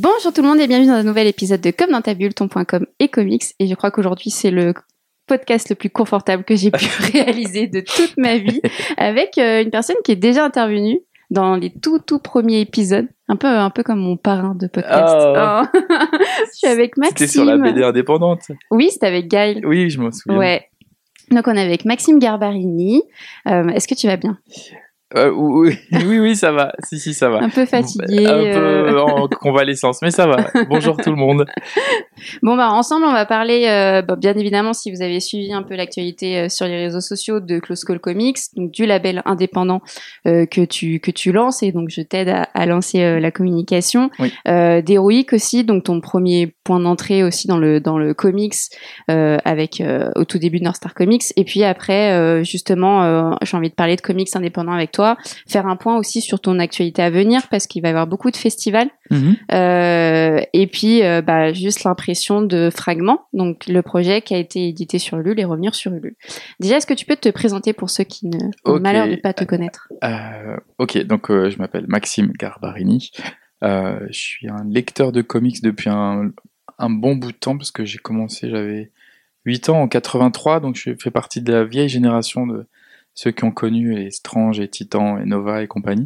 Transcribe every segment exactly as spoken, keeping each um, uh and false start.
Bonjour tout le monde et bienvenue dans un nouvel épisode de Comme dans ta bulle, ton point com et comics. Et je crois qu'aujourd'hui c'est le podcast le plus confortable que j'ai pu réaliser de toute ma vie, avec euh, une personne qui est déjà intervenue dans les tout tout premiers épisodes, un peu un peu comme mon parrain de podcast. Oh. Oh. Je suis avec Maxime. C'était sur la B D indépendante. Oui, c'était avec Gaël. Oui, je m'en souviens. Ouais. Donc on est avec Maxime Garbarini. Euh, est-ce que tu vas bien? Euh, oui, oui, oui, ça va. Si, si, ça va. Un peu fatigué. Un euh... peu en convalescence, mais ça va. Bonjour tout le monde. Bon, bah, ensemble, on va parler, euh, bah, bien évidemment, si vous avez suivi un peu l'actualité euh, sur les réseaux sociaux de Close Call Comics, donc du label indépendant euh, que tu que tu lances, et donc je t'aide à, à lancer euh, la communication. Oui. Euh, d'Heroic aussi, donc ton premier point d'entrée aussi dans le dans le comics euh, avec euh, au tout début de North Star Comics, et puis après, euh, justement, euh, j'ai envie de parler de comics indépendants avec toi. Faire un point aussi sur ton actualité à venir parce qu'il va y avoir beaucoup de festivals Mm-hmm. euh, et puis euh, bah, juste l'impression de Fragments, donc le projet qui a été édité sur Ulule et revenir sur Ulule. Déjà, est-ce que tu peux te présenter pour ceux qui ne ont Okay. le malheur de ne pas te connaître? euh, Ok, donc euh, je m'appelle Maxime Garbarini. Euh, je suis un lecteur de comics depuis un, un bon bout de temps parce que j'ai commencé, j'avais huit ans en quatre-vingt-trois, donc je fais partie de la vieille génération de ceux qui ont connu les Strange et Titan et Nova et compagnie.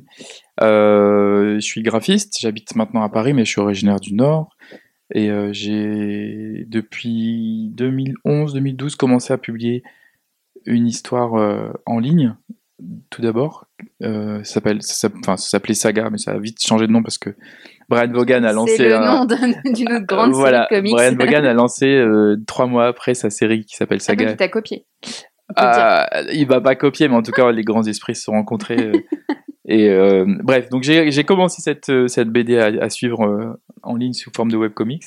Euh, je suis graphiste, j'habite maintenant à Paris, mais je suis originaire du Nord. Et euh, j'ai, depuis deux mille onze deux mille douze, commencé à publier une histoire euh, en ligne, tout d'abord. Euh, ça s'appelle, ça, enfin, ça s'appelait Saga, mais ça a vite changé de nom parce que Brian Vaughan a lancé... C'est le un... nom d'un, d'une autre grande euh, voilà, série de comics. Brian Vaughan a lancé euh, trois mois après sa série qui s'appelle Saga. Ah, donc il t'a copié. Ah, il va pas copier, mais en tout cas, les grands esprits se sont rencontrés. Euh, et euh, bref, donc j'ai, j'ai commencé cette, cette B D à, à suivre euh, en ligne sous forme de webcomics.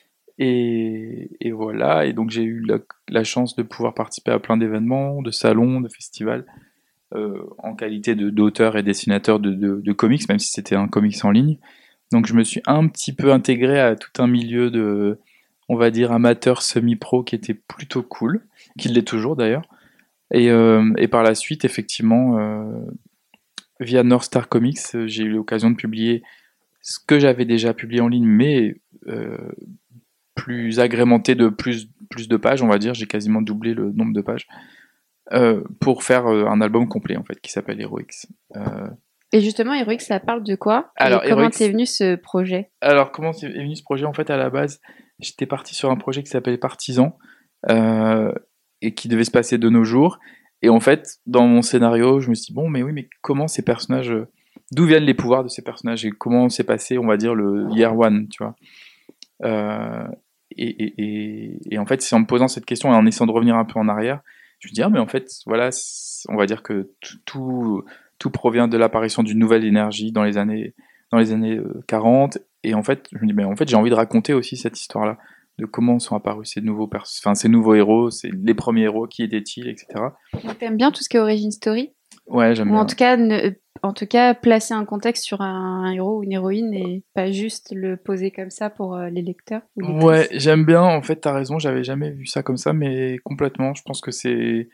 Et, et voilà, et donc j'ai eu la, la chance de pouvoir participer à plein d'événements, de salons, de festivals, euh, en qualité de, d'auteur et dessinateur de, de, de comics, même si c'était un comics en ligne. Donc je me suis un petit peu intégré à tout un milieu de, on va dire, amateur semi-pro qui était plutôt cool, qui l'est toujours d'ailleurs. Et, euh, et par la suite, effectivement, euh, via North Star Comics, j'ai eu l'occasion de publier ce que j'avais déjà publié en ligne, mais euh, plus agrémenté de plus, plus de pages, on va dire. J'ai quasiment doublé le nombre de pages euh, pour faire euh, un album complet, en fait, qui s'appelle Heroics. Euh... Et justement, Heroics, ça parle de quoi? Alors, et comment Heroics... t'es venu ce projet? Alors, comment est venu ce projet? En fait, à la base, j'étais parti sur un projet qui s'appelait Partisan, euh, et qui devait se passer de nos jours. Et en fait, dans mon scénario, je me suis dit, bon, mais oui, mais comment ces personnages, d'où viennent les pouvoirs de ces personnages et comment s'est passé, on va dire, le year one, tu vois. Euh, et, et, et, et en fait, c'est en me posant cette question et en essayant de revenir un peu en arrière, je me dis, ah, mais en fait, voilà, on va dire que tout, tout, tout provient de l'apparition d'une nouvelle énergie dans les années, dans les années quarante. Et en fait, je me dis, mais en fait, j'ai envie de raconter aussi cette histoire-là, de comment sont apparus ces nouveaux, pers- enfin, ces nouveaux héros, c'est les premiers héros, qui étaient-ils, et cetera. Donc, t'aimes bien tout ce qui est origin story? Ouais, j'aime Ou bien. en tout cas, ne, en tout cas, placer un contexte sur un, un héros ou une héroïne et pas juste le poser comme ça pour euh, les lecteurs ou les Ouais, lectrices. j'aime bien. En fait, t'as raison, j'avais jamais vu ça comme ça, mais complètement. Je pense que c'est,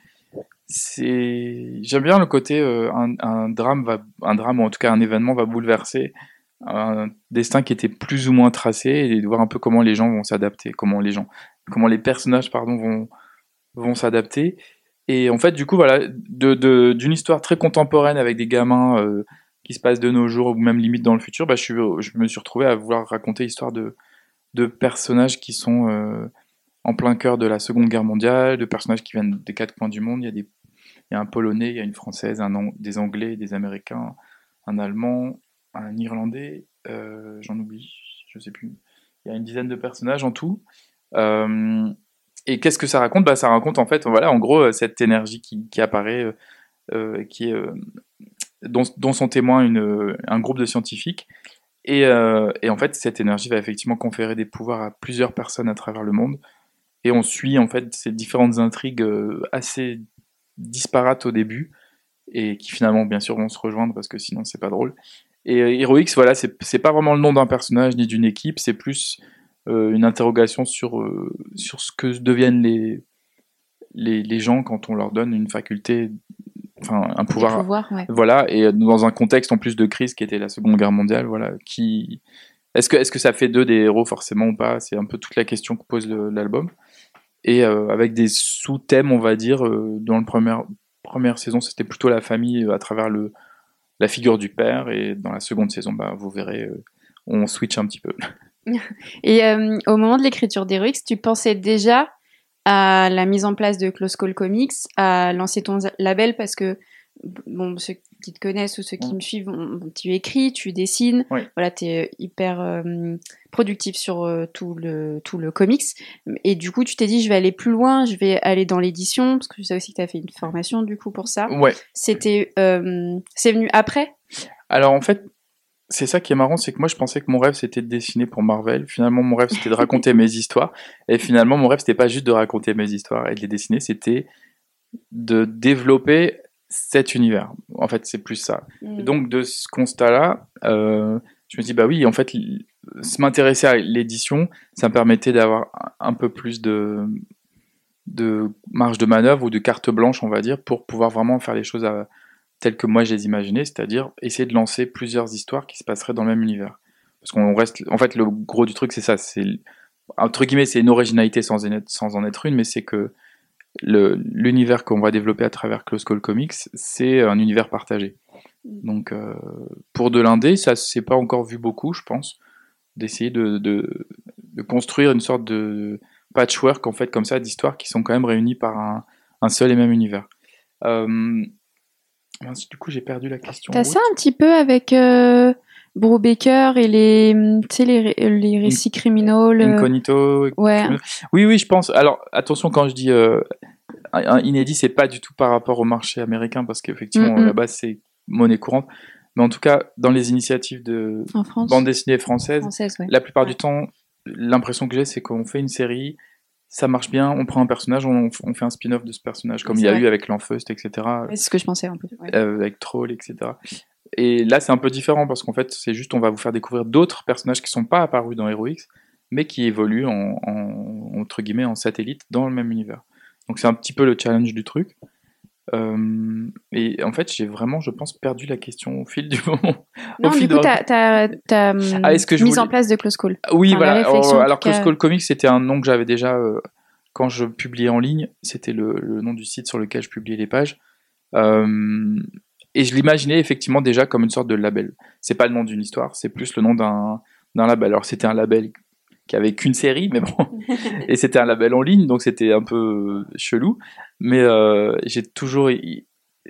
c'est, j'aime bien le côté euh, un, un drame va, un drame ou en tout cas un événement va bouleverser un destin qui était plus ou moins tracé et de voir un peu comment les gens vont s'adapter, comment les gens, comment les personnages, pardon, vont vont s'adapter. Et en fait, du coup, voilà, de, de, d'une histoire très contemporaine avec des gamins euh, qui se passent de nos jours ou même limite dans le futur, bah, je, suis, je me suis retrouvé à vouloir raconter l'histoire de, de personnages qui sont euh, en plein cœur de la Seconde Guerre mondiale, de personnages qui viennent des quatre coins du monde. Il y a, des, il y a un Polonais, il y a une Française, un, des Anglais, des Américains, un Allemand, un Irlandais, euh, j'en oublie, je sais plus. Il y a une dizaine de personnages en tout. Euh, Et qu'est-ce que ça raconte? Bah, ça raconte en fait, voilà, en gros, cette énergie qui, qui apparaît, euh, qui est, euh, dont, dont sont témoins une, un groupe de scientifiques. Et, euh, et en fait, cette énergie va effectivement conférer des pouvoirs à plusieurs personnes à travers le monde. Et on suit en fait ces différentes intrigues euh, assez disparates au début et qui finalement, bien sûr, vont se rejoindre parce que sinon, c'est pas drôle. Et euh, Heroics, voilà, c'est, c'est pas vraiment le nom d'un personnage ni d'une équipe, c'est plus euh, une interrogation sur, euh, sur ce que deviennent les, les, les gens quand on leur donne une faculté, enfin un pouvoir, pouvoirs, ouais. voilà, et dans un contexte en plus de crise qui était la Seconde Guerre mondiale, voilà, qui est-ce que, est-ce que ça fait d'eux des héros forcément ou pas? C'est un peu toute la question que pose le, l'album. Et euh, avec des sous-thèmes, on va dire, euh, dans la première, première saison, c'était plutôt la famille euh, à travers le, la figure du père, et dans la seconde saison, bah, vous verrez, euh, on switch un petit peu. Et euh, au moment de l'écriture d'Heroics, tu pensais déjà à la mise en place de Close Call Comics, à lancer ton label, parce que bon, ceux qui te connaissent ou ceux qui Mm. me suivent, on, tu écris, tu dessines, Oui. voilà, tu es hyper euh, productif sur euh, tout, le, tout le comics. Et du coup, tu t'es dit, je vais aller plus loin, je vais aller dans l'édition, parce que je sais aussi que tu as fait une formation du coup pour ça. Ouais. C'était, euh, c'est venu après? Alors en fait, c'est ça qui est marrant, c'est que moi je pensais que mon rêve c'était de dessiner pour Marvel. Finalement, mon rêve c'était de raconter mes histoires. Et finalement, mon rêve c'était pas juste de raconter mes histoires et de les dessiner, c'était de développer cet univers. En fait, c'est plus ça. Mm. Et donc, de ce constat-là, euh, je me dis, bah oui, en fait, se m'intéresser à l'édition, ça me permettait d'avoir un peu plus de, de marge de manœuvre ou de carte blanche, on va dire, pour pouvoir vraiment faire les choses à, telles que moi je les imaginais, c'est-à-dire essayer de lancer plusieurs histoires qui se passeraient dans le même univers. Parce qu'on reste, en fait, le gros du truc, c'est ça, c'est entre guillemets, c'est une originalité sans en être, sans en être une, mais c'est que le, l'univers qu'on va développer à travers Close Call Comics, c'est un univers partagé. Donc, euh, pour de l'indé, ça s'est pas encore vu beaucoup, je pense, d'essayer de, de, de construire une sorte de patchwork, en fait, comme ça, d'histoires qui sont quand même réunies par un, un seul et même univers. Euh, Du coup, j'ai perdu la question. T'as ça un petit peu avec euh, Brubaker et les, tu sais, les, les récits criminels. euh, Incognito. Ouais. Criminal. Oui, oui, je pense. Alors, attention, quand je dis euh, un inédit, c'est pas du tout par rapport au marché américain, parce qu'effectivement, Mm-mm. là-bas, c'est monnaie courante. Mais en tout cas, dans les initiatives de En France. bande dessinée française, Française, ouais. la plupart Ouais. du temps, l'impression que j'ai, c'est qu'on fait une série, ça marche bien, on prend un personnage, on, on fait un spin-off de ce personnage, comme C'est il y a vrai. eu avec l'Enfeust, et cetera. Ouais, c'est ce que je pensais un peu. Ouais. Euh, avec Troll, et cetera. Et là, c'est un peu différent parce qu'en fait, c'est juste on va vous faire découvrir d'autres personnages qui sont pas apparus dans Heroics, mais qui évoluent en, en entre guillemets en satellite dans le même univers. Donc c'est un petit peu le challenge du truc. Euh, et en fait, j'ai vraiment, je pense, perdu la question au fil du moment. Non, au fil du coup, de... t'as, t'as, t'as Ah, est-ce que je mise voulais... en place de Close Call. Oui, Enfin, voilà. la réflexion, Alors, en alors tout Close cas. Call Comics, c'était un nom que j'avais déjà euh, quand je publiais en ligne. C'était le, le nom du site sur lequel je publiais les pages. Euh, et je l'imaginais effectivement déjà comme une sorte de label. C'est pas le nom d'une histoire, c'est plus le nom d'un, d'un label. Alors c'était un label qui avait qu'une série, mais bon, et c'était un label en ligne, donc c'était un peu chelou. Mais euh, j'ai toujours eu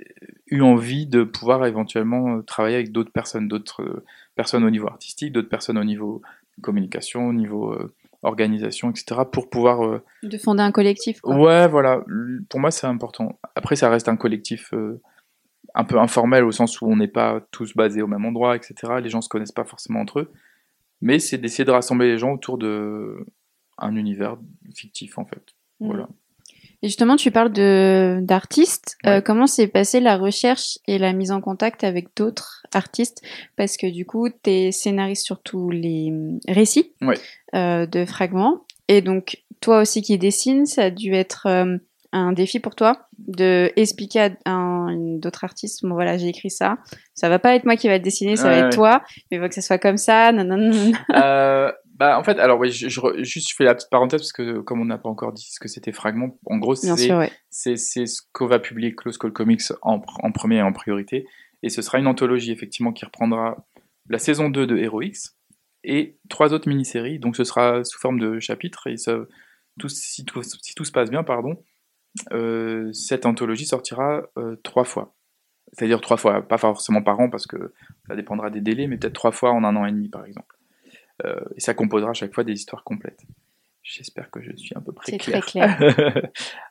envie de pouvoir éventuellement travailler avec d'autres personnes, d'autres euh, personnes au niveau artistique, d'autres personnes au niveau communication, au niveau euh, organisation, et cetera, pour pouvoir euh, De fonder un collectif, quoi. ouais, voilà. Pour moi, c'est important. Après, ça reste un collectif euh, un peu informel au sens où on n'est pas tous basés au même endroit, et cetera. Les gens se connaissent pas forcément entre eux. Mais c'est d'essayer de rassembler les gens autour de un univers fictif, en fait. Mm. Voilà. Et justement, tu parles de, d'artistes. Ouais. Euh, comment s'est passée la recherche et la mise en contact avec d'autres artistes? Parce que du coup, tu es scénariste sur tous les hum, récits Ouais. euh, de fragments. Et donc, toi aussi qui dessines, ça a dû être euh, un défi pour toi de expliquer à un, une- d'autres artistes, bon voilà, j'ai écrit ça. Ça va pas être moi qui va le dessiner, ça Ouais, va être ouais. toi. Mais il faut que ça soit comme ça. Non, non, non. Euh, bah, en fait, alors, oui, je, je re- juste, je fais la petite parenthèse parce que, comme on n'a pas encore dit ce que c'était Fragment, en gros, Bien c'est, sûr, ouais. c'est, c'est ce qu'on va publier Close Call Comics en, pr- en premier et en priorité. Et ce sera une anthologie, effectivement, qui reprendra la saison deux de Heroics et trois autres mini-séries. Donc, ce sera sous forme de chapitres. Et ça, tout, si, tout, si tout se passe bien, pardon, euh, cette anthologie sortira euh, trois fois. C'est-à-dire trois fois, pas forcément par an, parce que ça dépendra des délais, mais peut-être trois fois en un an et demi, par exemple. Euh, et ça composera à chaque fois des histoires complètes. J'espère que je suis un peu près C'est clair. très clair.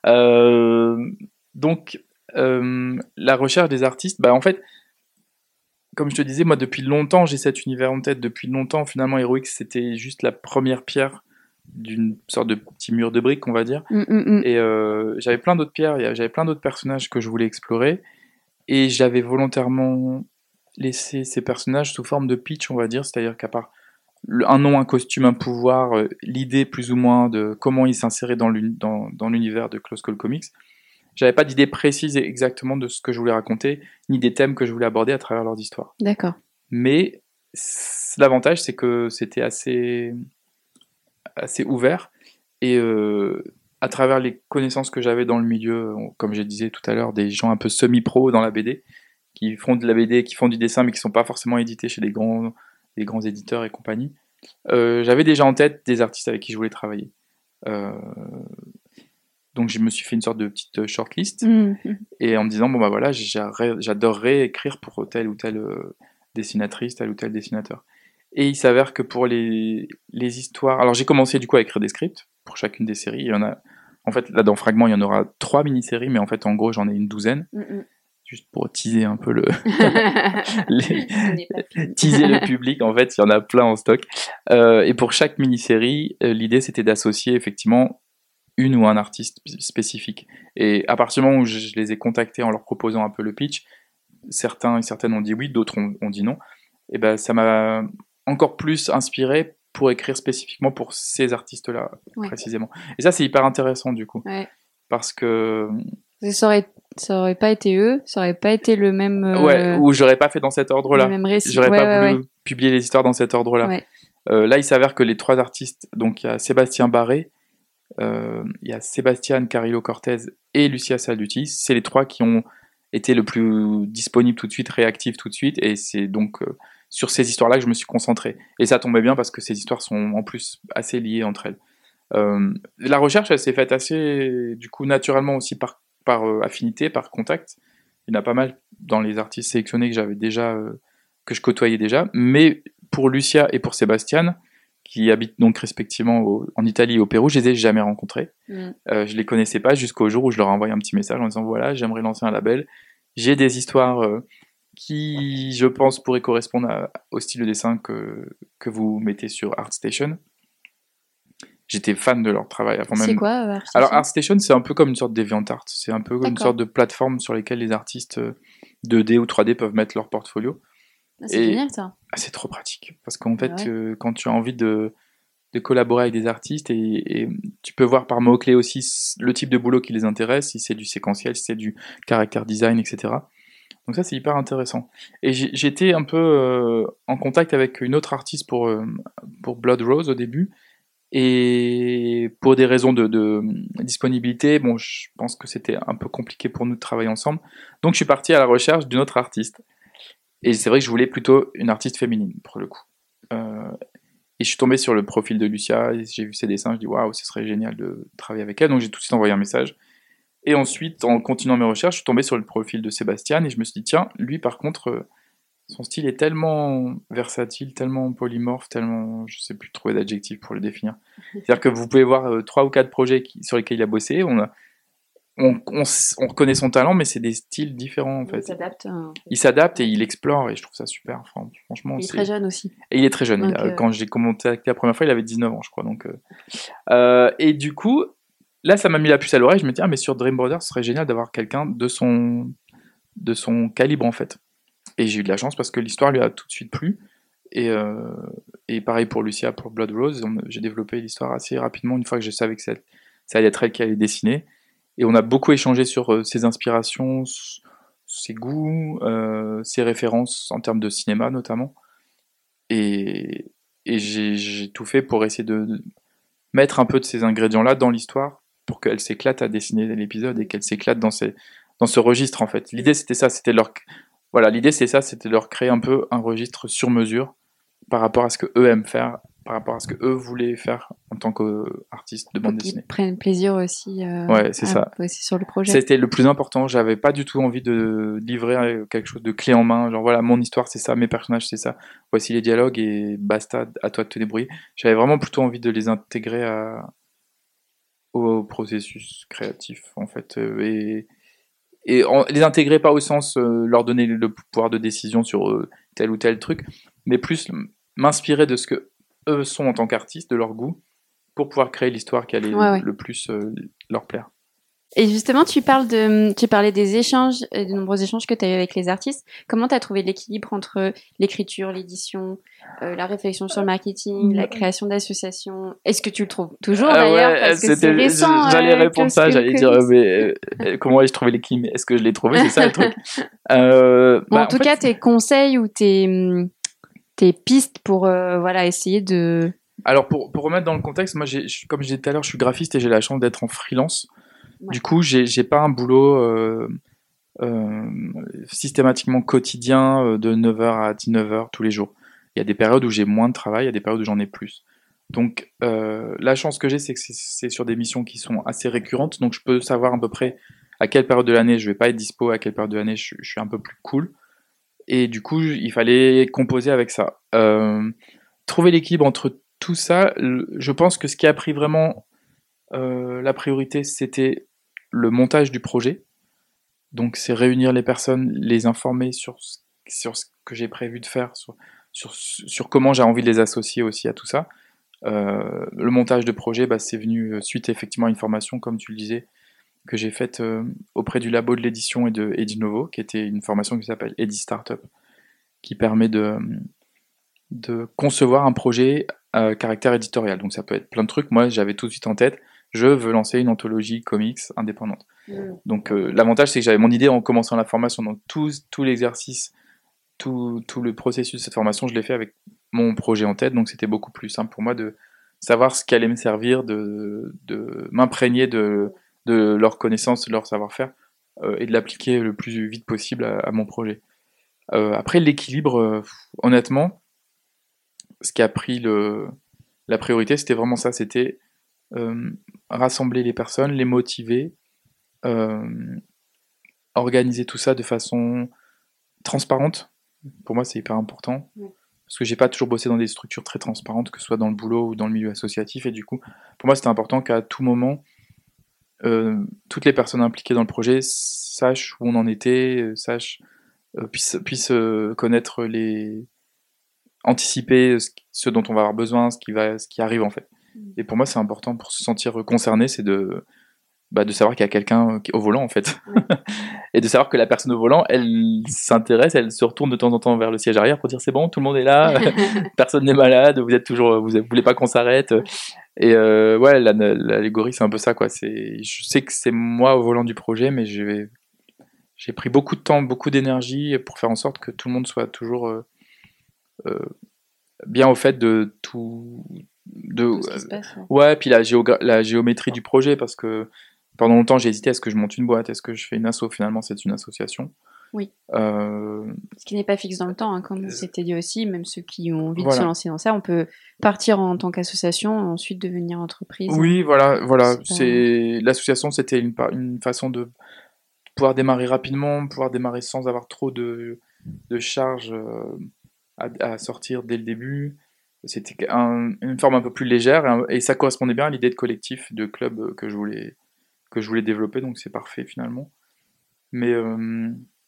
euh, donc, euh, la recherche des artistes, bah en fait, comme je te disais, moi depuis longtemps j'ai cet univers en tête. Depuis longtemps, finalement, Heroics c'était juste la première pierre d'une sorte de petit mur de briques, on va dire. Mm, mm, mm. Et euh, j'avais plein d'autres pierres, j'avais plein d'autres personnages que je voulais explorer. Et j'avais volontairement laissé ces personnages sous forme de pitch, on va dire, c'est-à-dire qu'à part le- un nom, un costume, un pouvoir, euh, l'idée plus ou moins de comment ils s'inséraient dans, l'uni- dans, dans l'univers de Close Call Comics, j'avais pas d'idée précise exactement de ce que je voulais raconter, ni des thèmes que je voulais aborder à travers leurs histoires. D'accord. Mais l'avantage, c'est que c'était assez, assez ouvert. Et euh, à travers les connaissances que j'avais dans le milieu, comme je disais tout à l'heure, des gens un peu semi-pro dans la B D, qui font de la B D, qui font du dessin, mais qui ne sont pas forcément édités chez les grands, les grands éditeurs et compagnie, euh, j'avais déjà en tête des artistes avec qui je voulais travailler. Euh, donc je me suis fait une sorte de petite shortlist, mmh. et en me disant, bon bah voilà, j'adorerais écrire pour telle ou telle euh, dessinatrice, tel ou tel dessinateur. Et il s'avère que pour les, les histoires... Alors j'ai commencé du coup à écrire des scripts pour chacune des séries. Il y en a... En fait, là dans Fragment, il y en aura trois mini-séries, mais en fait, en gros, j'en ai une douzaine. Mm-mm. Juste pour teaser un peu le... les... teaser le public, en fait, il y en a plein en stock. Euh, et pour chaque mini-série, euh, l'idée, c'était d'associer effectivement une ou un artiste spécifique. Et à partir du moment où je, je les ai contactés en leur proposant un peu le pitch, certains et certaines ont dit oui, d'autres ont, ont dit non. Et ben ça m'a encore plus inspiré pour écrire spécifiquement pour ces artistes-là, ouais. précisément. Et ça, c'est hyper intéressant, du coup. Ouais. Parce que... Ça aurait, ça aurait pas été eux, ça aurait pas été le même... Euh... Ouais, ou j'aurais pas fait dans cet ordre-là. Le même récit. J'aurais ouais, pas ouais, voulu ouais. publier les histoires dans cet ordre-là. Ouais. Euh, là, il s'avère que les trois artistes, donc il y a Sébastien Barré, euh, il y a Sébastien Carrillo-Cortez et Lucia Salduti. C'est les trois qui ont été le plus disponibles tout de suite, réactifs tout de suite, et c'est donc... Euh, sur ces histoires-là que je me suis concentré. Et ça tombait bien parce que ces histoires sont en plus assez liées entre elles. Euh, la recherche, elle s'est faite assez, du coup, naturellement aussi par, par euh, affinité, par contact. Il y en a pas mal dans les artistes sélectionnés que j'avais déjà, euh, que je côtoyais déjà. Mais pour Lucia et pour Sébastien, qui habitent donc respectivement au, en Italie et au Pérou, je les ai jamais rencontrés. Mm. Euh, je les connaissais pas jusqu'au jour où je leur ai envoyé un petit message en disant voilà, j'aimerais lancer un label. J'ai des histoires... Euh, qui, je pense, pourrait correspondre à, au style de dessin que, que vous mettez sur ArtStation. J'étais fan de leur travail avant même. C'est quoi, ArtStation ? Alors, ArtStation, c'est un peu comme une sorte DeviantArt. C'est un peu comme une sorte de plateforme sur laquelle les artistes deux D ou trois D peuvent mettre leur portfolio. Ah, c'est Et... génial, ça. Ah, c'est trop pratique. Parce qu'en fait, ouais. euh, quand tu as envie de, de collaborer avec des artistes, et, et tu peux voir par mots-clés aussi le type de boulot qui les intéresse, si c'est du séquentiel, si c'est du character design, et cetera. Donc ça, c'est hyper intéressant. Et j'étais un peu euh, en contact avec une autre artiste pour, euh, pour Blood Rose au début. Et pour des raisons de, de disponibilité, bon, je pense que c'était un peu compliqué pour nous de travailler ensemble. Donc je suis parti à la recherche d'une autre artiste. Et c'est vrai que je voulais plutôt une artiste féminine, pour le coup. Euh, et je suis tombé sur le profil de Lucia, et j'ai vu ses dessins, je dis waouh, ce serait génial de travailler avec elle. Donc j'ai tout de suite envoyé un message. Et ensuite, en continuant mes recherches, je suis tombé sur le profil de Sébastien et je me suis dit, tiens, lui par contre, euh, son style est tellement versatile, tellement polymorphe, tellement, je sais plus trouver d'adjectif pour le définir. C'est-à-dire que vous pouvez voir euh, trois ou quatre projets qui, sur lesquels il a bossé, on, a, on, on, on reconnaît son talent, mais c'est des styles différents en fait. Il s'adapte. Hein. Il s'adapte et il explore et je trouve ça super. Enfin, franchement, il est c'est... très jeune aussi. Et il est très jeune. Donc, il a, euh... Quand j'ai commenté la première fois, il avait dix-neuf ans, je crois. Donc, euh... Euh, et du coup... Là, ça m'a mis la puce à l'oreille, je me dis, ah, mais sur Dream Brothers, ce serait génial d'avoir quelqu'un de son, de son calibre, en fait. Et j'ai eu de la chance parce que l'histoire lui a tout de suite plu. Et, euh, et pareil pour Lucia, pour Blood Rose, on, j'ai développé l'histoire assez rapidement, une fois que je savais que ça, ça allait être elle qui allait dessiner. Et on a beaucoup échangé sur euh, ses inspirations, ses goûts, euh, ses références en termes de cinéma, notamment. Et, et j'ai, j'ai tout fait pour essayer de, de mettre un peu de ces ingrédients-là dans l'histoire, pour qu'elle s'éclate à dessiner l'épisode et qu'elle s'éclate dans, ces, dans ce registre en fait. L'idée c'était ça, c'était leur voilà, l'idée c'est ça, c'était leur créer un peu un registre sur mesure par rapport à ce que eux aiment faire, par rapport à ce que eux voulaient faire en tant qu'artistes de bande dessinée. Ils prennent plaisir aussi. Euh, ouais, c'est à, ça. Aussi sur le projet. C'était le plus important. J'avais pas du tout envie de livrer quelque chose de clé en main. Genre voilà, mon histoire c'est ça, mes personnages c'est ça. Voici les dialogues et basta, à toi de te débrouiller. J'avais vraiment plutôt envie de les intégrer à au processus créatif en fait euh, et et en, les intégrer pas au sens euh, leur donner le pouvoir de décision sur euh, tel ou tel truc, mais plus m'inspirer de ce que eux sont en tant qu'artistes, de leur goût, pour pouvoir créer l'histoire qui allait ouais, ouais. le plus euh, leur plaire. Et justement, tu parles de, tu parlais des échanges, de nombreux échanges que tu as eu avec les artistes. Comment tu as trouvé l'équilibre entre l'écriture, l'édition, euh, la réflexion sur le marketing, mmh. la création d'associations? Est-ce que tu le trouves toujours ah d'ailleurs ouais, parce que c'est récent. J'allais euh, répondre ça, j'allais dire, euh, mais euh, comment ai-je trouvé l'équilibre? Est-ce que je l'ai trouvé? C'est ça le truc. Euh, bon, bah, en tout en cas, fait, tes conseils ou tes tes pistes pour euh, voilà, essayer de... Alors, pour, pour remettre dans le contexte, moi, j'ai, comme je disais tout à l'heure, je suis graphiste et j'ai la chance d'être en freelance. Ouais. Du coup, j'ai, j'ai pas un boulot euh, euh, systématiquement quotidien euh, de neuf heures à dix-neuf heures tous les jours. Il y a des périodes où j'ai moins de travail, il y a des périodes où j'en ai plus. Donc, euh, la chance que j'ai, c'est que c'est, c'est sur des missions qui sont assez récurrentes, donc je peux savoir à peu près à quelle période de l'année je vais pas être dispo, à quelle période de l'année je, je suis un peu plus cool. Et du coup, il fallait composer avec ça. Euh, trouver l'équilibre entre tout ça, je pense que ce qui a pris vraiment euh, la priorité, c'était le montage du projet. Donc, c'est réunir les personnes, les informer sur, sur ce que j'ai prévu de faire, sur, sur, sur comment j'ai envie de les associer aussi à tout ça. Euh, le montage de projet, bah, c'est venu suite effectivement à une formation, comme tu le disais, que j'ai faite euh, auprès du labo de l'édition et de Edinovo, qui était une formation qui s'appelle Edi Startup, qui permet de, de concevoir un projet à caractère éditorial. Donc ça peut être plein de trucs. Moi, j'avais tout de suite en tête, je veux lancer une anthologie comics indépendante. Mmh. Donc euh, l'avantage, c'est que j'avais mon idée en commençant la formation. Donc tout, tout l'exercice, tout, tout le processus de cette formation, je l'ai fait avec mon projet en tête. Donc c'était beaucoup plus simple pour moi de savoir ce qui allait me servir, de, de m'imprégner de, de leurs connaissances, de leur savoir-faire, euh, et de l'appliquer le plus vite possible à, à mon projet. Euh, après, l'équilibre, euh, honnêtement, ce qui a pris le, la priorité, c'était vraiment ça, c'était euh, rassembler les personnes, les motiver, euh, organiser tout ça de façon transparente. Pour moi, c'est hyper important, ouais. Parce que j'ai pas toujours bossé dans des structures très transparentes, que ce soit dans le boulot ou dans le milieu associatif, et du coup, pour moi, c'était important qu'à tout moment, euh, toutes les personnes impliquées dans le projet sachent où on en était, sachent, euh, puissent, puissent euh, connaître les anticiper ce dont on va avoir besoin, ce qui va, ce qui arrive en fait. Et pour moi, c'est important pour se sentir concerné, c'est de, bah, de savoir qu'il y a quelqu'un au volant en fait, ouais. Et de savoir que la personne au volant, elle s'intéresse, elle se retourne de temps en temps vers le siège arrière pour dire c'est bon, tout le monde est là, personne n'est malade, vous êtes toujours, vous voulez pas qu'on s'arrête. Et euh, ouais, la, l'allégorie c'est un peu ça quoi. C'est, je sais que c'est moi au volant du projet, mais je vais, j'ai pris beaucoup de temps, beaucoup d'énergie pour faire en sorte que tout le monde soit toujours euh, euh, bien au fait de tout, de tout ce qui se passe, ouais. Ouais, puis la, géogra- la géométrie du projet, parce que pendant longtemps j'ai hésité, est-ce que je monte une boîte, est-ce que je fais une asso, finalement c'est une association. Oui. Euh... Ce qui n'est pas fixe dans le temps, hein, comme on s'était dit aussi, même ceux qui ont envie voilà. de se lancer dans ça, on peut partir en tant qu'association, ensuite devenir entreprise. Oui, voilà, voilà. C'est, c'est... L'association, c'était une, une façon de pouvoir démarrer rapidement, pouvoir démarrer sans avoir trop de, de charges à, à sortir dès le début. C'était un, une forme un peu plus légère, et ça correspondait bien à l'idée de collectif, de club que je voulais, que je voulais développer, donc c'est parfait finalement. Mais, euh,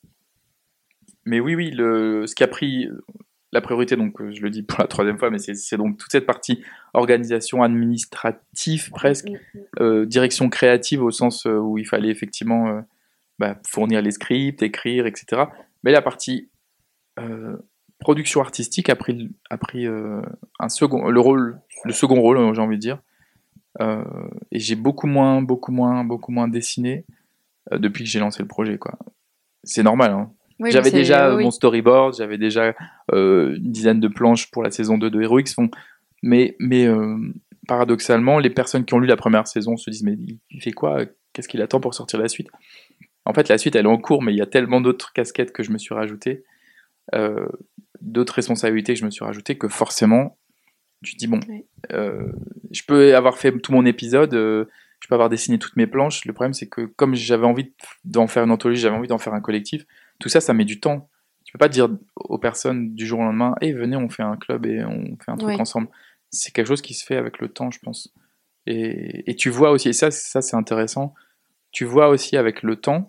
mais oui, oui, le, ce qui a pris la priorité, donc je le dis pour la troisième fois, mais c'est, c'est donc toute cette partie organisation administrative presque, euh, direction créative au sens où il fallait effectivement euh, bah, fournir les scripts, écrire, et cetera. Mais la partie euh, production artistique a pris, a pris euh, un second, le rôle, le second rôle, j'ai envie de dire. Euh, et j'ai beaucoup moins, beaucoup moins, beaucoup moins dessiné euh, depuis que j'ai lancé le projet, quoi. C'est normal, hein. Oui, j'avais déjà oui. mon storyboard, j'avais déjà euh, une dizaine de planches pour la saison deux de Heroics, mais, mais euh, paradoxalement, les personnes qui ont lu la première saison se disent mais il fait quoi? Qu'est-ce qu'il attend pour sortir la suite? En fait, la suite, elle est en cours, mais il y a tellement d'autres casquettes que je me suis rajouté, euh, d'autres responsabilités que je me suis rajouté, que forcément, tu te dis bon, oui. euh, je peux avoir fait tout mon épisode, euh, je peux avoir dessiné toutes mes planches. Le problème, c'est que comme j'avais envie d'en faire une anthologie, j'avais envie d'en faire un collectif, tout ça, ça met du temps. Tu peux pas dire aux personnes du jour au lendemain, hey, venez, on fait un club et on fait un truc oui. ensemble. C'est quelque chose qui se fait avec le temps, je pense. Et, et tu vois aussi, et ça, ça c'est intéressant, tu vois aussi avec le temps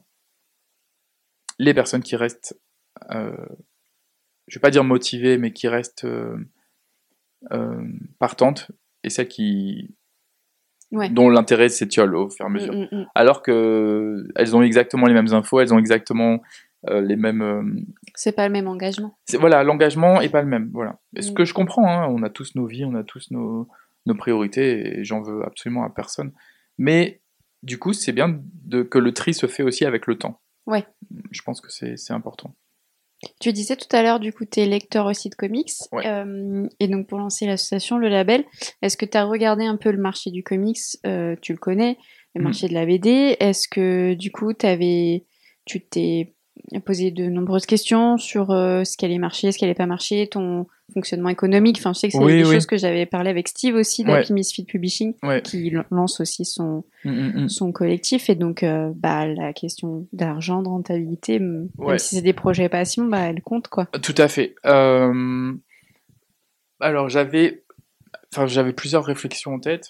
les personnes qui restent, euh, je vais pas dire motivées, mais qui restent euh, euh, partantes, et celles qui ouais. dont l'intérêt s'étiole au fur et à mesure. Mmh, mmh. Alors que elles ont exactement les mêmes infos, elles ont exactement euh, les mêmes. Euh... C'est pas le même engagement. C'est, voilà, l'engagement est pas le même. Voilà. Mmh. Ce que je comprends, hein, on a tous nos vies, on a tous nos, nos priorités, et j'en veux absolument à personne. Mais du coup, c'est bien de, que le tri se fait aussi avec le temps. Ouais. Je pense que c'est, c'est important. Tu disais tout à l'heure, du coup, tu es lecteur aussi de comics. Ouais. Euh, et donc, pour lancer l'association, le label, est-ce que tu as regardé un peu le marché du comics? Euh, tu le connais, le Mm. marché de la B D. Est-ce que, du coup, t'avais, tu t'es posé de nombreuses questions sur euh, ce qui allait marcher, ce qui allait pas marcher, ton fonctionnement économique? Enfin, je sais que c'est Oui, des oui. choses que j'avais parlé avec Steve aussi, Ouais. d'Happy Misfit Publishing, Ouais. qui l- lance aussi son, Mm, mm, mm. son collectif. Et donc, euh, bah, la question d'argent, de rentabilité, m- Ouais. même si c'est des projets passion, bah, elle compte, quoi. Tout à fait. Euh, Alors, j'avais, enfin, j'avais plusieurs réflexions en tête.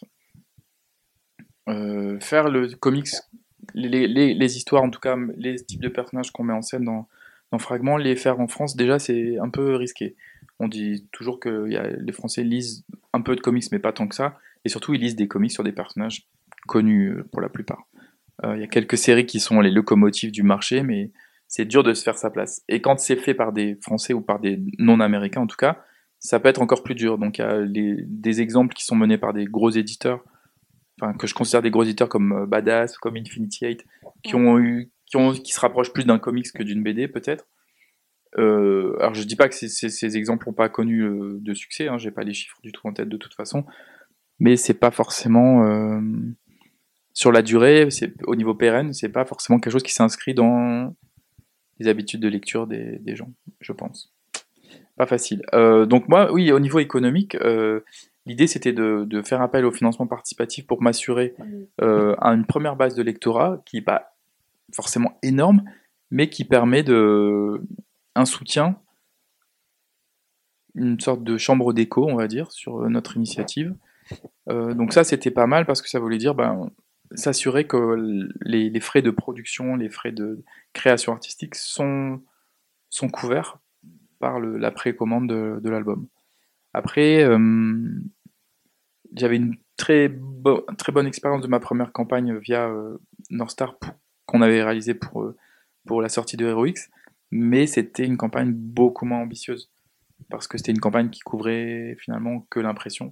Euh, faire le comics, les, les, les histoires, en tout cas, les types de personnages qu'on met en scène dans, dans Fragment, les faire en France, déjà, c'est un peu risqué. On dit toujours que y a, les Français lisent un peu de comics, mais pas tant que ça. Et surtout, ils lisent des comics sur des personnages connus euh, pour la plupart. Il euh, y a quelques séries qui sont les locomotives du marché, mais c'est dur de se faire sa place. Et quand c'est fait par des Français ou par des non-américains, en tout cas, ça peut être encore plus dur. Donc il y a les, des exemples qui sont menés par des gros éditeurs, enfin que je considère des gros éditeurs comme euh, Badass, comme Infinity Eight, qui ont eu, qui ont, qui se rapprochent plus d'un comics que d'une B D peut-être. Euh, alors je dis pas que ces, ces, ces exemples n'ont pas connu euh, de succès, hein, j'ai pas les chiffres du tout en tête de toute façon, mais c'est pas forcément euh, sur la durée, c'est, au niveau pérenne, c'est pas forcément quelque chose qui s'inscrit dans les habitudes de lecture des, des gens, je pense. Pas facile. Euh, donc moi, oui, au niveau économique, euh, l'idée c'était de, de faire appel au financement participatif pour m'assurer euh, à une première base de lectorat qui n'est pas forcément énorme, mais qui permet de un soutien, une sorte de chambre d'écho, on va dire, sur notre initiative. Euh, donc ça, c'était pas mal parce que ça voulait dire ben, s'assurer que les, les frais de production, les frais de création artistique sont, sont couverts par le, la précommande de, de l'album. Après, euh, j'avais une très, bo- très bonne expérience de ma première campagne via euh, North Star pour- qu'on avait réalisée pour, euh, pour la sortie de Heroix, mais c'était une campagne beaucoup moins ambitieuse parce que c'était une campagne qui couvrait finalement que l'impression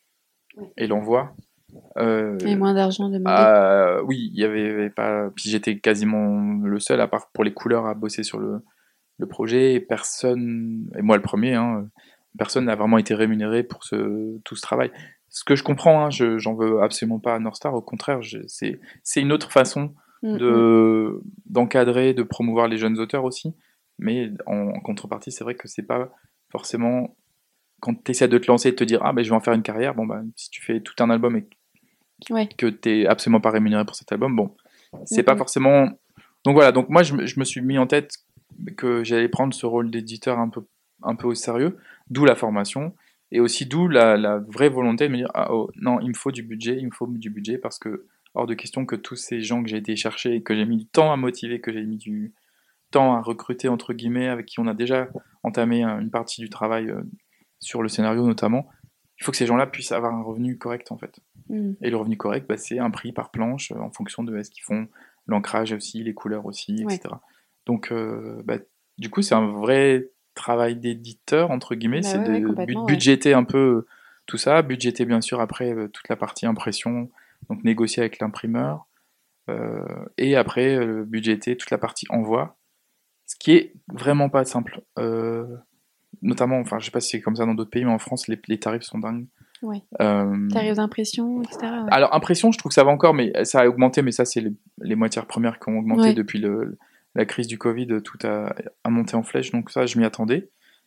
et l'envoi. Euh, Et moins d'argent demandé. euh, oui, il y avait pas. Puis j'étais quasiment le seul, à part pour les couleurs, à bosser sur le, le projet. Et personne, et moi le premier, hein, personne n'a vraiment été rémunéré pour ce, tout ce travail. Ce que je comprends, hein, je, j'en veux absolument pas à North Star. Au contraire, je- c'est, c'est une autre façon Mm, mm. de d'encadrer, de promouvoir les jeunes auteurs aussi. Mais en, en contrepartie, c'est vrai que c'est pas forcément quand tu essaies de te lancer et de te dire ah ben je vais en faire une carrière. Bon ben si tu fais tout un album et Ouais. que t'es absolument pas rémunéré pour cet album, bon, c'est Mhm. pas forcément. Donc voilà, donc moi je, me- je me suis mis en tête que j'allais prendre ce rôle d'éditeur un peu, un peu au sérieux, d'où la formation, et aussi d'où la, la vraie volonté de me dire ah oh, non, il me faut du budget, il me faut du budget, parce que hors de question que tous ces gens que j'ai été chercher et que j'ai mis du temps à motiver, que j'ai mis du temps à recruter, entre guillemets, avec qui on a déjà entamé euh, une partie du travail euh, sur le scénario notamment, il faut que ces gens-là puissent avoir un revenu correct en fait. Mm. Et le revenu correct, bah, c'est un prix par planche euh, en fonction de ce qu'ils font, l'ancrage aussi, les couleurs aussi, Ouais. et cetera. Donc, euh, bah, du coup, c'est un vrai travail d'éditeur, entre guillemets, Bah c'est ouais, ouais, de bu- complètement, ouais. budgéter un peu euh, tout ça, budgéter bien sûr après euh, toute la partie impression, donc négocier avec l'imprimeur, euh, et après euh, budgéter toute la partie envoi, ce qui est vraiment pas simple. Euh, notamment, enfin, je sais pas si c'est comme ça dans d'autres pays, mais en France, les, les tarifs sont dingues. Ouais. Euh, Tarifs d'impression, et cetera. Ouais. alors, impression, je trouve que ça va encore, mais ça a augmenté, mais ça, c'est les, les matières premières qui ont augmenté Ouais. depuis le, la crise du Covid, tout a, a monté en flèche, donc ça, je m'y attendais.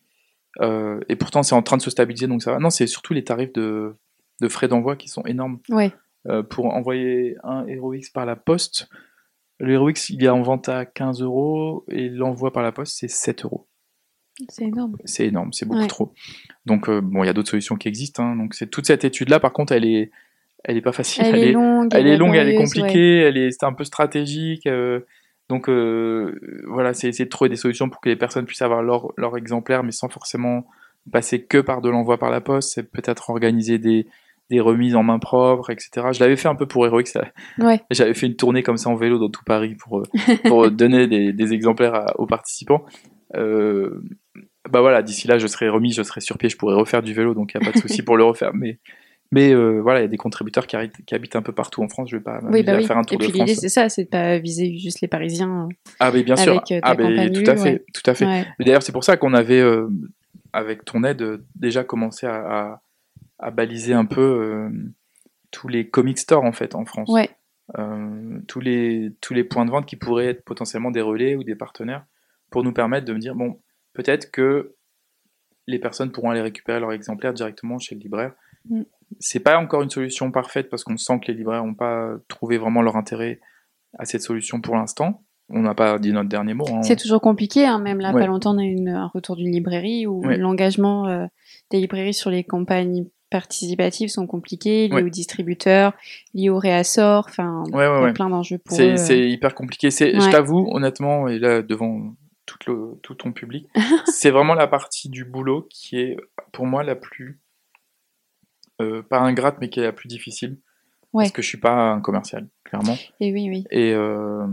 Euh, et pourtant, c'est en train de se stabiliser, donc ça va. Non, c'est surtout les tarifs de, de frais d'envoi qui sont énormes. Ouais. Euh, pour envoyer un Heroix par la poste, le Heroix, il est en vente à quinze euros, et l'envoi par la poste, c'est sept euros. C'est énorme. C'est énorme, c'est beaucoup Ouais. trop. Donc, euh, bon, il y a d'autres solutions qui existent, hein. Donc, c'est toute cette étude-là, par contre, elle est, elle est pas facile. Elle est longue, elle est longue, elle est laborieuse, compliquée, elle est, c'est un peu stratégique. euh, donc euh, voilà, c'est essayer de trouver des solutions pour que les personnes puissent avoir leur, leur exemplaire, mais sans forcément passer que par de l'envoi par la poste. C'est peut-être organiser des, des remises en main propre, et cetera. Je l'avais fait un peu pour Heroix. ça- Ouais. J'avais fait une tournée comme ça en vélo dans tout Paris pour, euh, pour donner des, des exemplaires à- aux participants. Euh, bah voilà, d'ici là, je serai remis, je serai sur pied, je pourrais refaire du vélo, donc il n'y a pas de souci pour le refaire. Mais, Mais euh, voilà, il y a des contributeurs qui, arrêtent, qui habitent un peu partout en France. Je vais pas oui, bah à oui. faire un tour Et puis de France. L'idée, c'est ça, c'est de pas viser juste les Parisiens. Ah, mais bien sûr. Avec ta ah, mais tout à fait, ouais. tout à fait. Ouais. Mais d'ailleurs, c'est pour ça qu'on avait, euh, avec ton aide, euh, déjà commencé à, à, à baliser un peu euh, tous les comic stores en fait en France. Ouais. Euh, tous les tous les points de vente qui pourraient être potentiellement des relais ou des partenaires pour nous permettre de me dire bon, peut-être que les personnes pourront aller récupérer leur exemplaire directement chez le libraire. Mm. C'est pas encore une solution parfaite parce qu'on sent que les libraires n'ont pas trouvé vraiment leur intérêt à cette solution pour l'instant. On n'a pas dit notre dernier mot. Hein. C'est toujours compliqué, hein. Même là, ouais. pas longtemps, on a eu une, un retour d'une librairie où ouais. l'engagement euh, des librairies sur les campagnes participatives sont compliquées, liées ouais. aux distributeurs, liées au réassort, enfin, ouais, ouais, il y a ouais. plein d'enjeux pour c'est, eux. C'est hyper compliqué. C'est, ouais. Je t'avoue, honnêtement, et là, devant tout, le, tout ton public, c'est vraiment la partie du boulot qui est, pour moi, la plus... Euh, pas ingrate, mais qui est la plus difficile. Ouais. Parce que je suis pas un commercial, clairement. Et oui, oui. Et, euh,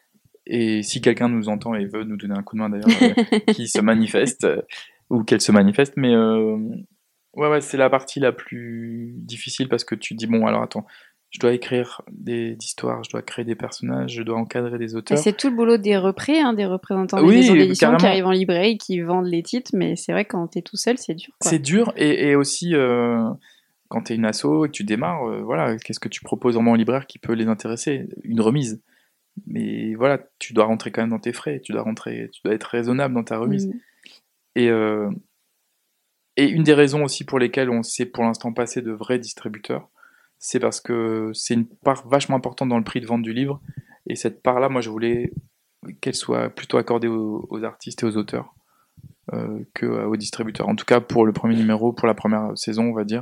et si quelqu'un nous entend et veut nous donner un coup de main, d'ailleurs, euh, qui se manifeste, euh, ou qu'elle se manifeste, mais euh, ouais, ouais, c'est la partie la plus difficile parce que tu dis, bon, alors attends, je dois écrire des histoires, je dois créer des personnages, je dois encadrer des auteurs. Et c'est tout le boulot des représ, hein, des représentants des oui, maisons d'édition carrément. Qui arrivent en librairie, qui vendent les titres, mais c'est vrai que quand t'es tout seul, c'est dur. Quoi. C'est dur, et, et aussi... Euh, quand tu es une asso et que tu démarres, euh, voilà, qu'est-ce que tu proposes vraiment au libraire qui peut les intéresser ? Une remise. Mais voilà, tu dois rentrer quand même dans tes frais, tu dois rentrer, tu dois être raisonnable dans ta remise. Mmh. Et, euh, et une des raisons aussi pour lesquelles on s'est pour l'instant passé de vrais distributeurs, c'est parce que c'est une part vachement importante dans le prix de vente du livre. Et cette part-là, moi, je voulais qu'elle soit plutôt accordée aux, aux artistes et aux auteurs euh, qu'aux distributeurs. En tout cas, pour le premier numéro, pour la première saison, on va dire.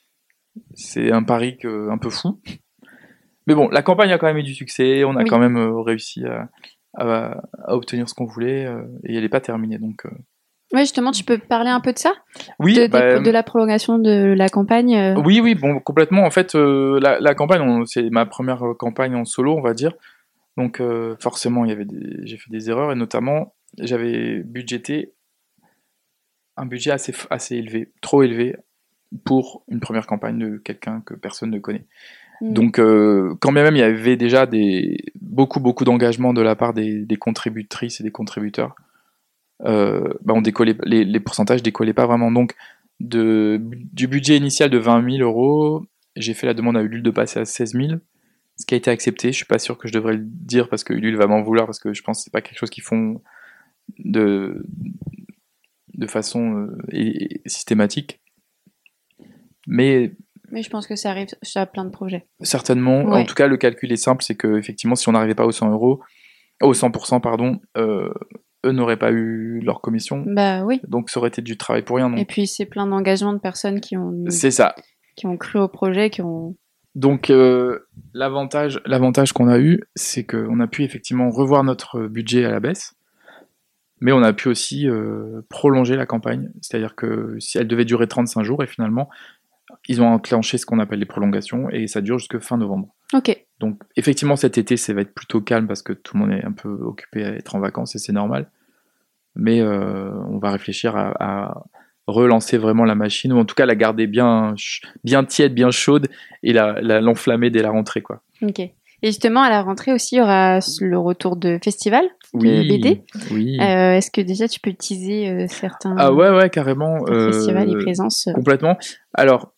C'est un pari que, un peu fou. Mais bon, la campagne a quand même eu du succès, on a oui. quand même euh, réussi à, à, à obtenir ce qu'on voulait, euh, et elle n'est pas terminée. Donc, euh... Oui, justement, tu peux parler un peu de ça ? Oui, de, bah, de, de la prolongation de la campagne euh... Oui, oui, bon, complètement. En fait, euh, la, la campagne, on, c'est ma première campagne en solo, on va dire. Donc, euh, forcément, il y avait des, j'ai fait des erreurs, et notamment, j'avais budgété un budget assez, assez élevé, trop élevé, pour une première campagne de quelqu'un que personne ne connaît. Mmh. Donc, euh, quand bien même il y avait déjà des, beaucoup, beaucoup d'engagement de la part des, des contributrices et des contributeurs, euh, bah on décollait, les, les pourcentages décollaient pas vraiment. Donc, de, du budget initial de vingt mille euros, j'ai fait la demande à Ulule de passer à seize mille, ce qui a été accepté. Je suis pas sûr que je devrais le dire parce que Ulule va m'en vouloir, parce que je pense que c'est pas quelque chose qu'ils font de, de façon euh, et, et systématique. Mais, Mais je pense que ça arrive à plein de projets. Certainement. Ouais. En tout cas, le calcul est simple, c'est que effectivement, si on n'arrivait pas aux cent euros, aux cent pour cent, pardon, euh, eux n'auraient pas eu leur commission. Bah oui. Donc ça aurait été du travail pour rien. Donc. Et puis c'est plein d'engagements de personnes qui ont. C'est ça. Qui ont cru au projet, qui ont. Donc euh, l'avantage, l'avantage qu'on a eu, c'est qu'on a pu effectivement revoir notre budget à la baisse. Mais on a pu aussi euh, prolonger la campagne. C'est-à-dire que si elle devait durer trente-cinq jours, et finalement, ils ont enclenché ce qu'on appelle les prolongations, et ça dure jusqu'à fin novembre. Ok. Donc effectivement, cet été, ça va être plutôt calme, parce que tout le monde est un peu occupé à être en vacances, et c'est normal. Mais euh, on va réfléchir à, à relancer vraiment la machine, ou en tout cas la garder bien, bien tiède, bien chaude, et la, la, l'enflammer dès la rentrée, quoi. Ok. Et justement, à la rentrée aussi, il y aura le retour de festival de oui, B D. Oui. Euh, est-ce que déjà tu peux teaser euh, certains ah ouais, ouais, carrément. Euh, festivals et présences Complètement. Alors,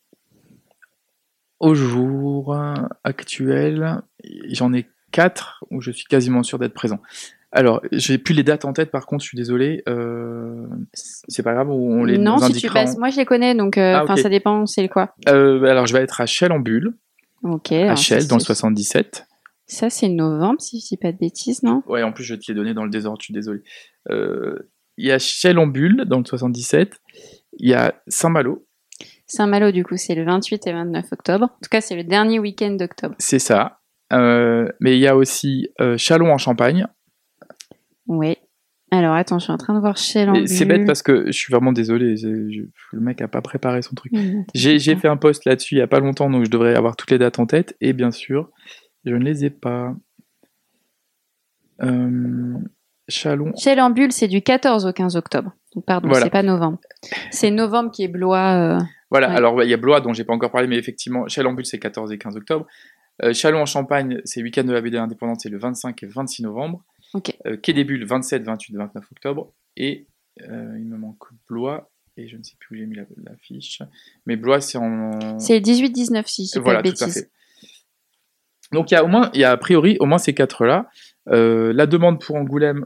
au jour actuel, j'en ai quatre où je suis quasiment sûr d'être présent. Alors, j'ai plus les dates en tête, par contre, je suis désolé. Euh, c'est pas grave, on les non, nous si tu passes, moi je les connais, donc euh, ah, okay. Ça dépend, c'est quoi. Euh, alors, je vais être à Chelles en Bulle. Ok. À Chelles, dans le soixante-dix-sept. Ça, c'est novembre, si je dis pas de bêtises, non ? Ouais, en plus, je te l'ai donné dans le désordre, je suis désolé. Euh, il y a Chelles en Bulle, dans le soixante-dix-sept. Il y a Saint-Malo. Saint-Malo, du coup, c'est le vingt-huit et vingt-neuf octobre. En tout cas, c'est le dernier week-end d'octobre. C'est ça. Euh, mais il y a aussi euh, Châlons en Champagne. Oui. Alors, attends, je suis en train de voir Chelles en Bulle. C'est bête parce que je suis vraiment désolé. Je, le mec a pas préparé son truc. Mmh, j'ai, j'ai fait un post là-dessus il y a pas longtemps, donc je devrais avoir toutes les dates en tête. Et bien sûr, je ne les ai pas. Euh, Châlons. Chelles en Bulle, c'est du quatorze au quinze octobre. Donc, pardon, voilà. C'est pas novembre. C'est novembre qui est Blois. Euh... Voilà, Ouais. alors il y a Blois dont j'ai pas encore parlé, mais effectivement, Chalon-Bulle, c'est quatorze et quinze octobre. Euh, Châlons-en-Champagne, c'est week-end de la B D indépendante, c'est le vingt-cinq et vingt-six novembre. Ok. Euh, Quai des Bulles, vingt-sept, vingt-huit, vingt-neuf octobre. Et euh, il me manque Blois, et je ne sais plus où j'ai mis la, la fiche. Mais Blois, c'est en. C'est dix-huit dix-neuf, si je dis Voilà, pas de tout à bêtises. fait. Donc il y a au moins, il y a a priori au moins ces quatre-là. Euh, la demande pour Angoulême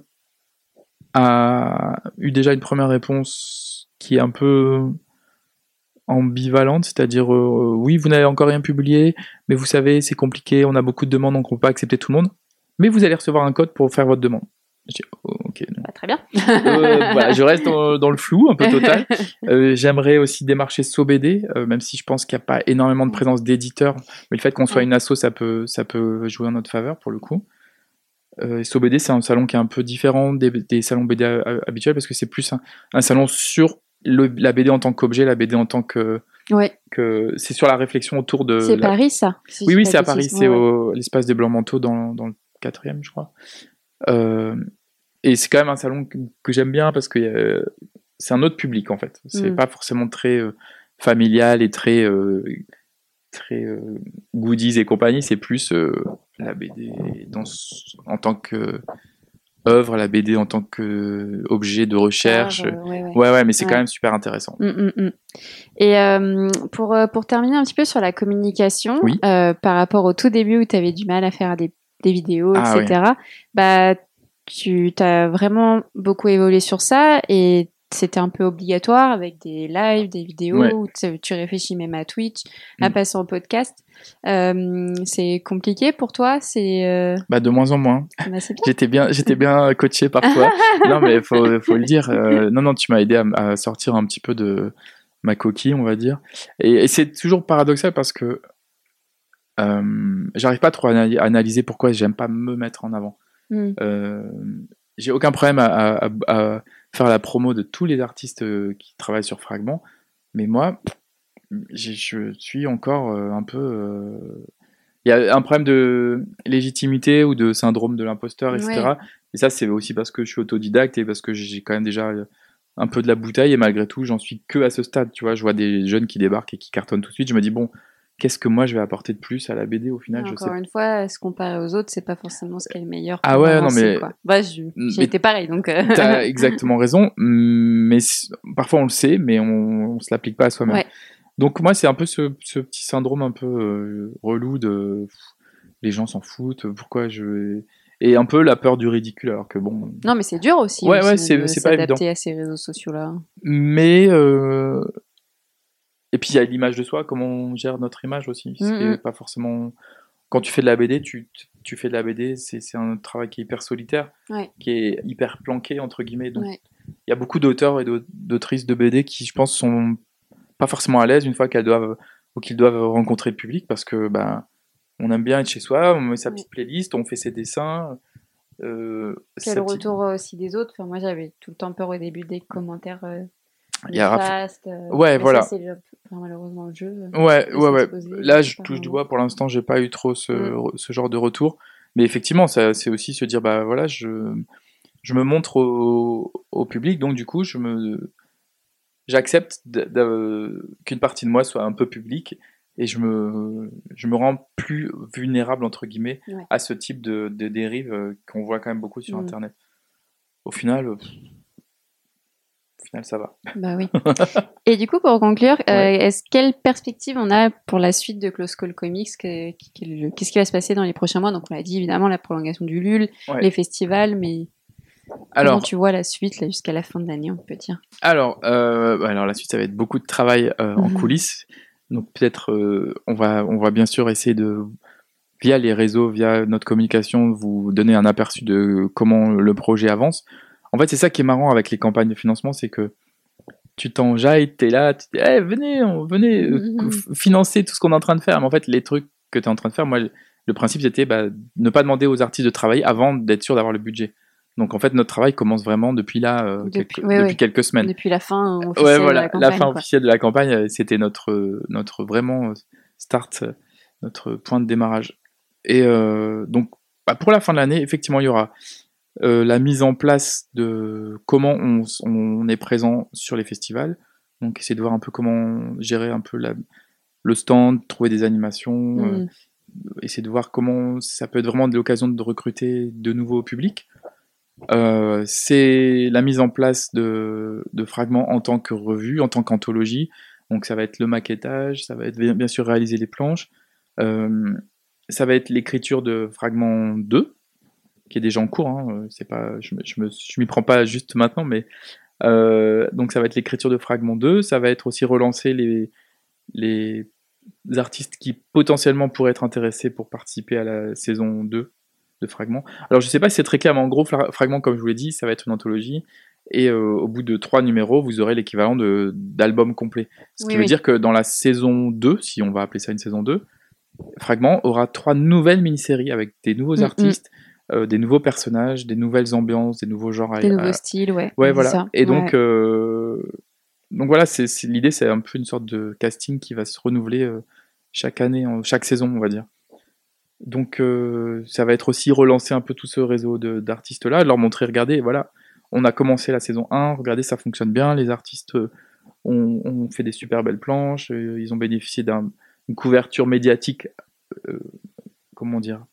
a eu déjà une première réponse qui est un peu ambivalente, c'est-à-dire euh, oui, vous n'avez encore rien publié, mais vous savez, c'est compliqué, on a beaucoup de demandes, donc on ne peut pas accepter tout le monde, mais vous allez recevoir un code pour faire votre demande. Je dis, oh, ok. Bah, très bien. Euh, voilà, je reste dans, dans le flou un peu total. Euh, j'aimerais aussi démarcher SoBD, euh, même si je pense qu'il n'y a pas énormément de présence d'éditeurs, mais le fait qu'on soit Ouais. une asso, ça peut, ça peut jouer en notre faveur pour le coup. Euh, SoBD, c'est un salon qui est un peu différent des, des salons B D a- a- habituels parce que c'est plus un, un salon sur le, la B D en tant qu'objet, la B D en tant que, Ouais. que c'est sur la réflexion autour de. C'est la... Paris, ça. Si oui, je oui, dis c'est pas à de Paris, bêtises. c'est Ouais, ouais. au l'espace des Blancs-Manteaux dans, dans le quatrième, je crois. Euh, et c'est quand même un salon que, que j'aime bien parce que euh, c'est un autre public en fait. C'est Mm. pas forcément très euh, familial et très euh, très euh, goodies et compagnie. C'est plus euh, la B D dans, en tant que œuvre, la B D en tant que objet de recherche. Art, euh, ouais, ouais. Ouais, ouais, mais c'est Ouais. quand même super intéressant. Mm, mm, mm. Et euh, pour, euh, pour terminer un petit peu sur la communication, Oui. euh, par rapport au tout début où tu avais du mal à faire des, des vidéos, Ah, et cetera, bah, tu as vraiment beaucoup évolué sur ça et c'était un peu obligatoire avec des lives, des vidéos, Ouais. où tu, tu réfléchis même à Twitch, à Mm. passer en podcast. Euh, c'est compliqué pour toi? C'est euh... Bah, de moins en moins. bah, c'est bien. J'étais bien, j'étais bien coaché par toi. Non, mais faut, faut le dire. Euh, non, non, tu m'as aidé à, à sortir un petit peu de ma coquille, on va dire. Et, et c'est toujours paradoxal parce que euh, j'arrive pas trop à ana- analyser pourquoi j'aime pas me mettre en avant. Mm. Euh, j'ai aucun problème à, à- à- à faire la promo de tous les artistes euh, qui travaillent sur Fragment, mais moi, j'ai- je suis encore euh, un peu. euh, Il y a un problème de légitimité ou de syndrome de l'imposteur, et cetera. Ouais. Et ça, c'est aussi parce que je suis autodidacte et parce que j'ai quand même déjà un peu de la bouteille et malgré tout, j'en suis que à ce stade. Tu vois, je vois des jeunes qui débarquent et qui cartonnent tout de suite. Je me dis, bon, qu'est-ce que moi je vais apporter de plus à la B D au final? Je sais Encore une fois, se comparer aux autres, c'est pas forcément ce qui est le meilleur. Ah pour ouais, non, avancer, mais- quoi. Bah, je- Mais j'ai été pareil, donc. euh, T'as exactement raison, mais c- parfois on le sait, mais on, on se l'applique pas à soi-même. Ouais. Donc moi, c'est un peu ce, ce petit syndrome un peu euh, relou de pff, les gens s'en foutent, pourquoi je vais... Et un peu la peur du ridicule, alors que bon... Non, mais c'est dur aussi, Ouais, aussi ouais, de c'est- c'est pas s'adapter à ces réseaux sociaux-là. Mais... euh, Et puis il y a l'image de soi, comment on gère notre image aussi, ce qui Mhm. est pas forcément... Quand tu fais de la B D, tu, tu fais de la B D, c'est c'est un travail qui est hyper solitaire, Ouais. qui est hyper planqué, entre guillemets, donc Ouais. il y a beaucoup d'auteurs et d'aut- d'autrices de B D qui, je pense, sont pas forcément à l'aise une fois qu'elles doivent ou qu'ils doivent rencontrer le public parce que ben on aime bien être chez soi, on met sa Ouais. petite playlist, on fait ses dessins. Euh, Puis il y a sa le petite- retour euh, aussi des autres. Enfin, moi, j'avais tout le temps peur au début des commentaires euh, Il y a raf- néfastes. euh, Ouais, mais voilà. Ça, c'est le- enfin, malheureusement le jeu. Ouais, de ouais, ouais. s'exposer, Là, de je pas touche du vraiment- bois. Pour l'instant, j'ai pas eu trop ce, Mm. ce genre de retour. Mais effectivement, ça, c'est aussi se dire, bah voilà, je, je me montre au, au public, donc du coup, je me, j'accepte de- de- qu'une partie de moi soit un peu publique et je me, je me rends plus vulnérable, entre guillemets, Ouais. à ce type de, de dérive euh, qu'on voit quand même beaucoup sur Mm. Internet. Au final, euh, pff, au final, ça va. Bah oui. Et du coup, pour conclure, euh, Ouais. est-ce quelle perspective on a pour la suite de Close Call Comics? que- que- Qu'est-ce qui va se passer dans les prochains mois? Donc, on l'a dit évidemment la prolongation du L U L, Ouais. les festivals, mais comment Alors, tu vois la suite là, jusqu'à la fin de l'année, on peut dire? alors, euh, bah, alors, la suite, ça va être beaucoup de travail euh, en Mhm. coulisses. Donc peut-être, euh, on va, on va bien sûr essayer de, via les réseaux, via notre communication, vous donner un aperçu de comment le projet avance. En fait, c'est ça qui est marrant avec les campagnes de financement, c'est que tu t'enjailles, t'es là, tu dis, eh, venez, on, venez euh, Mhm. f- financer tout ce qu'on est en train de faire. Mais en fait, les trucs que tu es en train de faire, moi, le, le principe, c'était bah, ne pas demander aux artistes de travailler avant d'être sûr d'avoir le budget. Donc en fait, notre travail commence vraiment depuis là, euh, Depuis- quelques, ouais, depuis ouais. quelques semaines. Depuis la fin officielle Ouais, de voilà, la campagne. la fin quoi. officielle de la campagne, euh, c'était notre, euh, notre vraiment euh, start, euh, notre point de démarrage. Et euh, donc, bah, pour la fin de l'année, effectivement, il y aura euh, la mise en place de comment on, s- on est présent sur les festivals. Donc essayer de voir un peu comment gérer un peu la, le stand, trouver des animations, Mm. euh, essayer de voir comment ça peut être vraiment de l'occasion de recruter de nouveaux publics. Euh, c'est la mise en place de, de fragments en tant que revue, en tant qu'anthologie. Donc ça va être le maquettage, ça va être bien bien sûr réaliser les planches, euh, ça va être l'écriture de fragment deux, qui est déjà en cours. Hein, euh, c'est pas, je, me- je, me, je m'y prends pas juste maintenant, mais euh, donc ça va être l'écriture de fragment deux, ça va être aussi relancer les, les artistes qui potentiellement pourraient être intéressés pour participer à la saison deux de Fragments. Alors je sais pas si c'est très clair, mais en gros, Fra- Fragments, comme je vous l'ai dit, ça va être une anthologie, et euh, au bout de trois numéros, vous aurez l'équivalent de, d'album complet. Ce Oui, qui veut oui. dire que dans la saison deux, si on va appeler ça une saison deux, Fragments aura trois nouvelles mini-séries avec des nouveaux Mm, artistes, euh, des nouveaux personnages, des nouvelles ambiances, des nouveaux genres. à- Des nouveaux à- styles, ouais. Ouais, c'est voilà. ça. Et donc, Ouais. euh, donc voilà, c'est, c'est- l'idée, c'est un peu une sorte de casting qui va se renouveler euh, chaque année, en- chaque saison, on va dire. Donc euh, ça va être aussi relancer un peu tout ce réseau de, d'artistes-là, leur montrer, regardez, voilà, on a commencé la saison un, regardez, ça fonctionne bien, les artistes euh, ont, ont fait des super belles planches, euh, ils ont bénéficié d'un- d'une couverture médiatique, euh, comment dire,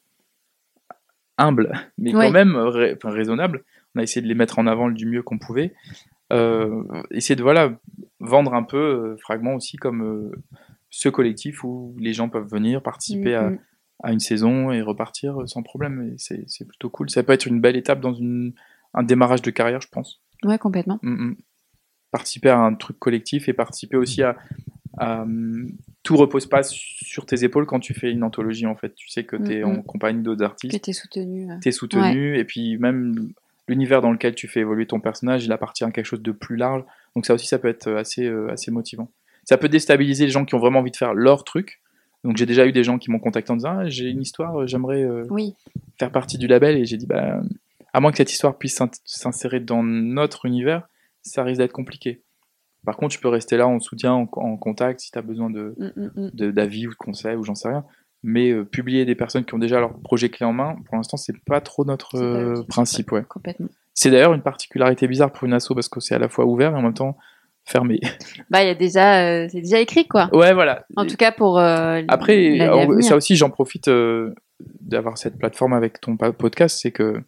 humble, mais quand Ouais. même euh, rai- enfin, raisonnable. On a essayé de les mettre en avant du mieux qu'on pouvait. Euh, essayer de voilà, vendre un peu euh, Fragment aussi comme euh, ce collectif où les gens peuvent venir participer Mm, à, mm. à une saison et repartir sans problème. Et c'est, c'est plutôt cool. Ça peut être une belle étape dans une, un démarrage de carrière, je pense. Ouais, complètement. Mm, mm. Participer à un truc collectif et participer aussi à, à, hum, tout repose pas sur tes épaules quand tu fais une anthologie, en fait. Tu sais que tu es Mm, en mm. compagnie d'autres Que artistes, t'es soutenu. euh. tu es soutenu, et puis même l'univers dans lequel tu fais évoluer ton personnage, il appartient à quelque chose de plus large. Donc ça aussi, ça peut être assez, euh, assez motivant. Ça peut déstabiliser les gens qui ont vraiment envie de faire leur truc. Donc j'ai déjà eu des gens qui m'ont contacté en disant ah, j'ai une histoire, j'aimerais euh, Oui. faire partie du label, et j'ai dit bah à moins que cette histoire puisse s'in- s'insérer dans notre univers, ça risque d'être compliqué. Par contre, tu peux rester là en soutien, en, en contact si tu as besoin de, Mm, mm, mm. de- d'avis ou de conseils ou j'en sais rien. Mais euh, publier des personnes qui ont déjà leur projet clé en main, pour l'instant, c'est pas trop notre C'est pas euh, l'objectif, principe. Ouais. Complètement. C'est d'ailleurs une particularité bizarre pour une asso parce que c'est à la fois ouvert et en même temps fermé. Bah, il y a déjà, euh, c'est déjà écrit, quoi. Ouais, voilà. En tout cas, pour euh, Après, l'année à alors, venir. ça aussi, j'en profite euh, d'avoir cette plateforme avec ton pa- podcast, c'est que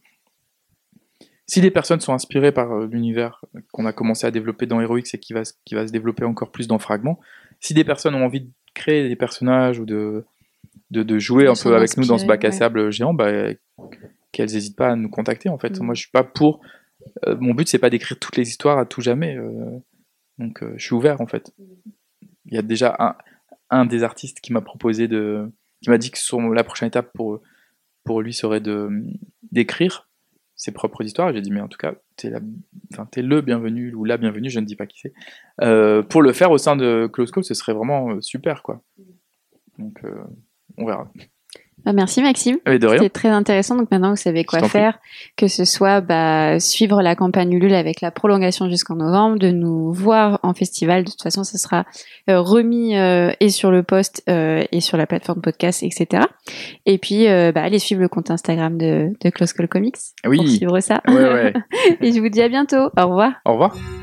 si des personnes sont inspirées par euh, l'univers qu'on a commencé à développer dans Heroix et qui va, s- qui va se développer encore plus dans Fragment, si des personnes ont envie de créer des personnages ou de, de, de jouer De un s'en peu avec nous dans ce bac à inspirer, ouais. sable géant, bah, qu'elles n'hésitent pas à nous contacter en fait. Mm. Moi, je suis pas pour. euh, mon but, c'est pas d'écrire toutes les histoires à tout jamais. euh, donc, euh, je suis ouvert en fait. Il y a déjà un, un des artistes qui m'a proposé de, qui m'a dit que son, la prochaine étape pour pour lui serait de d'écrire ses propres histoires. Et j'ai dit mais en tout cas, t'es la, enfin t'es le bienvenu ou la bienvenue, je ne dis pas qui c'est, euh, pour le faire au sein de Close Call, ce serait vraiment euh, super quoi. Donc euh, on verra. Bah, merci Maxime. Mais de rien. C'était très intéressant. Donc maintenant, vous savez quoi Je t'en prie. faire. Que ce soit bah, suivre la campagne Ulule avec la prolongation jusqu'en novembre, de nous voir en festival. De toute façon, ce sera euh, remis euh, et sur le post euh, et sur la plateforme podcast, et cetera. Et puis, euh, bah, allez suivre le compte Instagram de, de Close Call Comics Oui. pour suivre ça. Ouais ouais. Et je vous dis à bientôt. Au revoir. Au revoir.